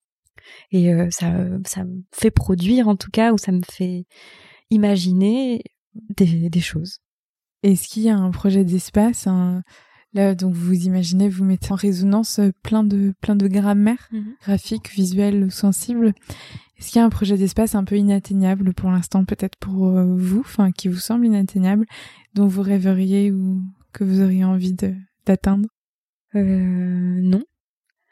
Et euh, ça, ça me fait produire, en tout cas, ou ça me fait imaginer des, des choses. Est-ce qu'il y a un projet d'espace, un... là, donc vous imaginez, vous mettez en résonance plein de, plein de grammaires, mm-hmm. graphiques, visuelles, sensibles. Est-ce qu'il y a un projet d'espace un peu inatteignable pour l'instant, peut-être pour vous, enfin, qui vous semble inatteignable, dont vous rêveriez ou que vous auriez envie de, d'atteindre? Euh, non.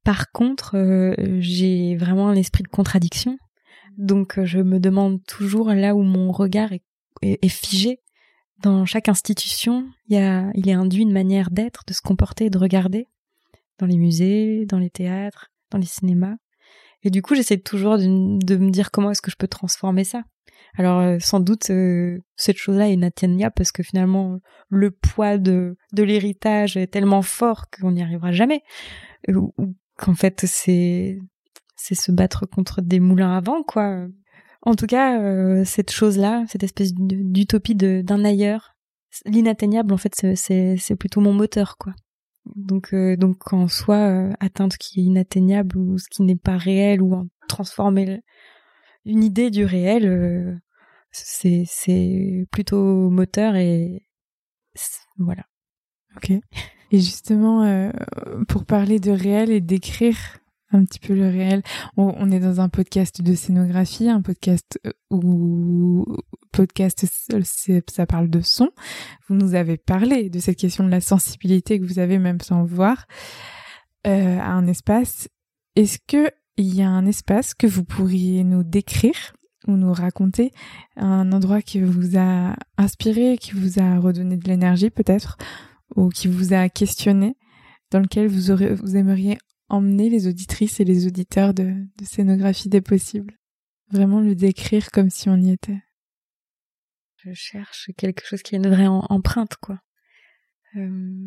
Par contre, euh, j'ai vraiment un esprit de contradiction. Donc, euh, je me demande toujours là où mon regard est, est, est figé. Dans chaque institution, il y a, il est induit une manière d'être, de se comporter et de regarder. Dans les musées, dans les théâtres, dans les cinémas. Et du coup, j'essaie toujours de, de me dire comment est-ce que je peux transformer ça. Alors, euh, sans doute, euh, cette chose-là est inatteignable parce que finalement, le poids de, de l'héritage est tellement fort qu'on n'y arrivera jamais. Ou, ou qu'en fait, c'est, c'est se battre contre des moulins à vent, quoi. En tout cas, euh, cette chose-là, cette espèce d'utopie de, d'un ailleurs, l'inatteignable, en fait, c'est, c'est, c'est plutôt mon moteur, quoi. Donc, euh, donc en soi, euh, atteindre ce qui est inatteignable ou ce qui n'est pas réel ou en transformer une idée du réel, euh, c'est, c'est plutôt moteur et voilà. Ok. Et justement, euh, pour parler de réel et d'écrire un petit peu le réel, on, on est dans un podcast de scénographie, un podcast où podcast c'est, ça parle de son. Vous nous avez parlé de cette question de la sensibilité que vous avez même sans voir euh, à un espace. Est-ce que il y a un espace que vous pourriez nous décrire ou nous raconter, un endroit qui vous a inspiré, qui vous a redonné de l'énergie peut-être, ou qui vous a questionné, dans lequel vous aurez, vous aimeriez emmener les auditrices et les auditeurs de, de Scénographie des possibles? Vraiment le décrire comme si on y était. Je cherche quelque chose qui a une vraie em- empreinte, quoi. Euh...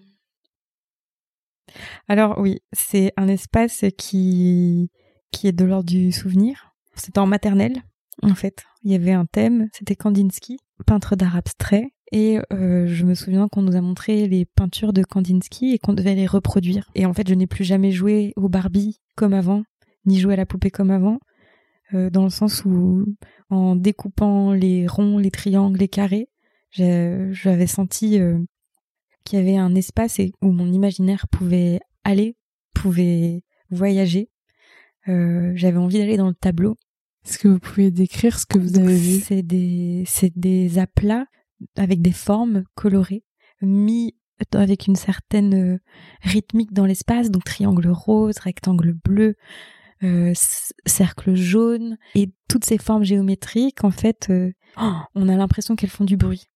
Alors oui, c'est un espace qui qui est de l'ordre du souvenir. C'était en maternelle, en fait. Il y avait un thème, c'était Kandinsky, peintre d'art abstrait. Et euh, je me souviens qu'on nous a montré les peintures de Kandinsky et qu'on devait les reproduire. Et en fait, je n'ai plus jamais joué au Barbie comme avant, ni joué à la poupée comme avant, euh, dans le sens où, en découpant les ronds, les triangles, les carrés, j'ai, j'avais senti euh, qu'il y avait un espace et où mon imaginaire pouvait aller, pouvait voyager. Euh, j'avais envie d'aller dans le tableau. Est-ce que vous pouvez décrire ce que vous Donc, avez vu? C'est des, c'est des aplats avec des formes colorées, mis avec une certaine euh, rythmique dans l'espace, donc triangle rose, rectangle bleu, euh, c- cercle jaune, et toutes ces formes géométriques, en fait, euh, oh, on a l'impression qu'elles font du bruit.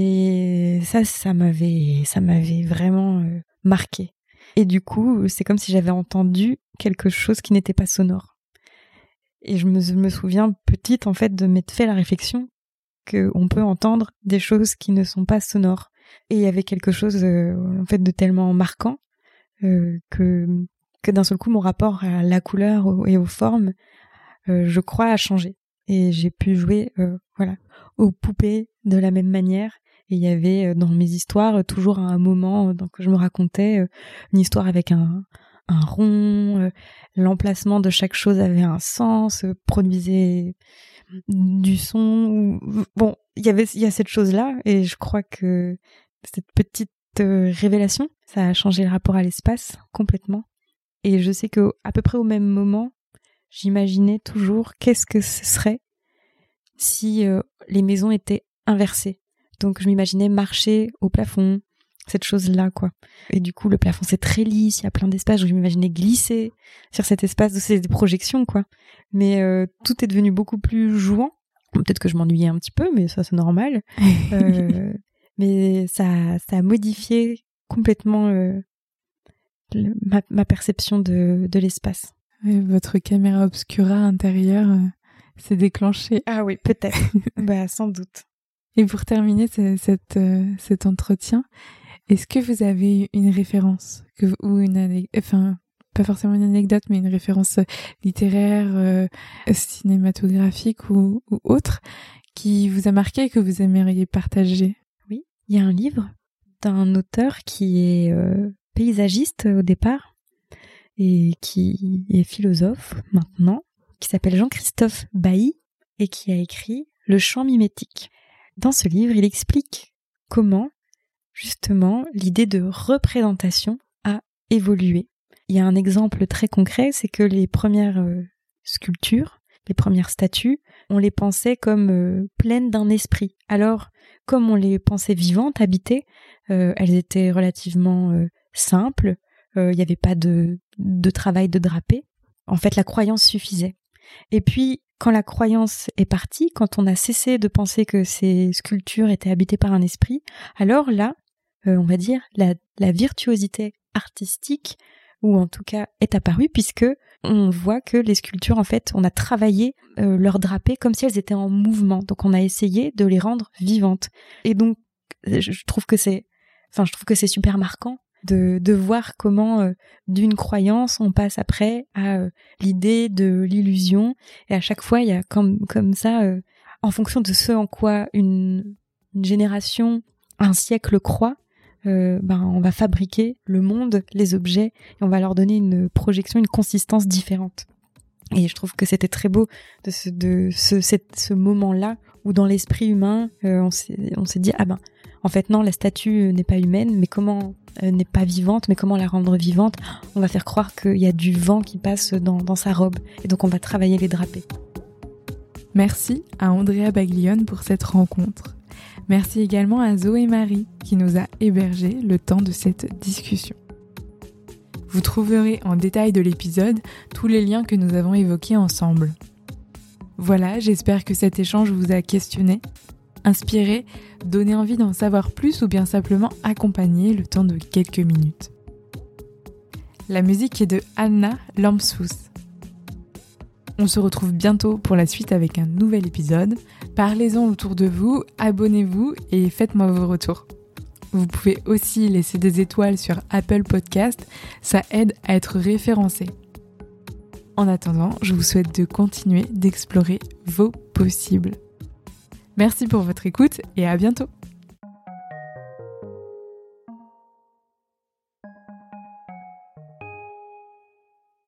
Et ça, ça m'avait, ça m'avait vraiment euh, marqué. Et du coup, c'est comme si j'avais entendu quelque chose qui n'était pas sonore. Et je me, je me souviens petite, en fait, de m'être fait la réflexion qu'on peut entendre des choses qui ne sont pas sonores. Et il y avait quelque chose, euh, en fait, de tellement marquant euh, que, que d'un seul coup, mon rapport à la couleur et aux formes, euh, je crois, a changé. Et j'ai pu jouer, euh, voilà, aux poupées de la même manière. Et il y avait, euh, dans mes histoires, toujours un moment, euh, donc je me racontais euh, une histoire avec un, un rond, euh, l'emplacement de chaque chose avait un sens, euh, produisait du son. Bon, il y avait, il y a cette chose-là, et je crois que cette petite euh, révélation, ça a changé le rapport à l'espace complètement. Et je sais que à peu près au même moment, j'imaginais toujours qu'est-ce que ce serait si euh, les maisons étaient inversées. Donc je m'imaginais marcher au plafond, cette chose-là, quoi. Et du coup, le plafond, c'est très lisse, il y a plein d'espace, je m'imaginais glisser sur cet espace, c'est des projections, quoi. Mais euh, tout est devenu beaucoup plus jouant. Peut-être que je m'ennuyais un petit peu, mais ça, c'est normal. euh, mais ça, ça a modifié complètement euh, le, ma, ma perception de, de l'espace. Et votre caméra obscura intérieure euh, s'est déclenchée. Ah oui, peut-être. Bah, sans doute. Et pour terminer ce, cette, euh, cet entretien, est-ce que vous avez une référence que, ou une anecdote, enfin, pas forcément une anecdote, mais une référence littéraire, euh, cinématographique ou, ou autre, qui vous a marqué et que vous aimeriez partager? Oui, il y a un livre d'un auteur qui est euh, paysagiste au départ et qui est philosophe maintenant, qui s'appelle Jean-Christophe Bailly et qui a écrit Le chant mimétique. Dans ce livre, il explique comment, justement, l'idée de représentation a évolué. Il y a un exemple très concret, c'est que les premières euh, sculptures, les premières statues, on les pensait comme euh, pleines d'un esprit. Alors, comme on les pensait vivantes, habitées, euh, elles étaient relativement euh, simples, il n'y avait pas de, de travail de drapé. En fait, la croyance suffisait. Et puis, quand la croyance est partie, quand on a cessé de penser que ces sculptures étaient habitées par un esprit, alors là, euh, on va dire, la, la virtuosité artistique, ou en tout cas est apparue, puisque on voit que les sculptures, en fait, on a travaillé euh, leur drapé comme si elles étaient en mouvement. Donc on a essayé de les rendre vivantes. Et donc, je trouve que c'est, enfin, je trouve que c'est super marquant de, de voir comment euh, d'une croyance on passe après à euh, l'idée de l'illusion, et à chaque fois il y a comme comme ça euh, en fonction de ce en quoi une, une génération, un siècle croit, euh, ben on va fabriquer le monde, les objets, et on va leur donner une projection, une consistance différente. Et je trouve que c'était très beau de ce de ce cette, ce moment-là où dans l'esprit humain euh, on s'est on s'est dit ah ben en fait non, la statue n'est pas humaine, mais comment euh, n'est pas vivante, mais comment la rendre vivante? On va faire croire qu'il y a du vent qui passe dans, dans sa robe, et donc on va travailler les drapés. Merci à Andrea Baglione pour cette rencontre. Merci également à Zoé Marie qui nous a hébergés le temps de cette discussion. Vous trouverez en détail de l'épisode tous les liens que nous avons évoqués ensemble. Voilà, j'espère que cet échange vous a questionné, inspiré, donné envie d'en savoir plus ou bien simplement accompagné le temps de quelques minutes. La musique est de Anna Lamsfus. On se retrouve bientôt pour la suite avec un nouvel épisode. Parlez-en autour de vous, abonnez-vous et faites-moi vos retours. Vous pouvez aussi laisser des étoiles sur Apple Podcast, ça aide à être référencé. En attendant, je vous souhaite de continuer d'explorer vos possibles. Merci pour votre écoute et à bientôt.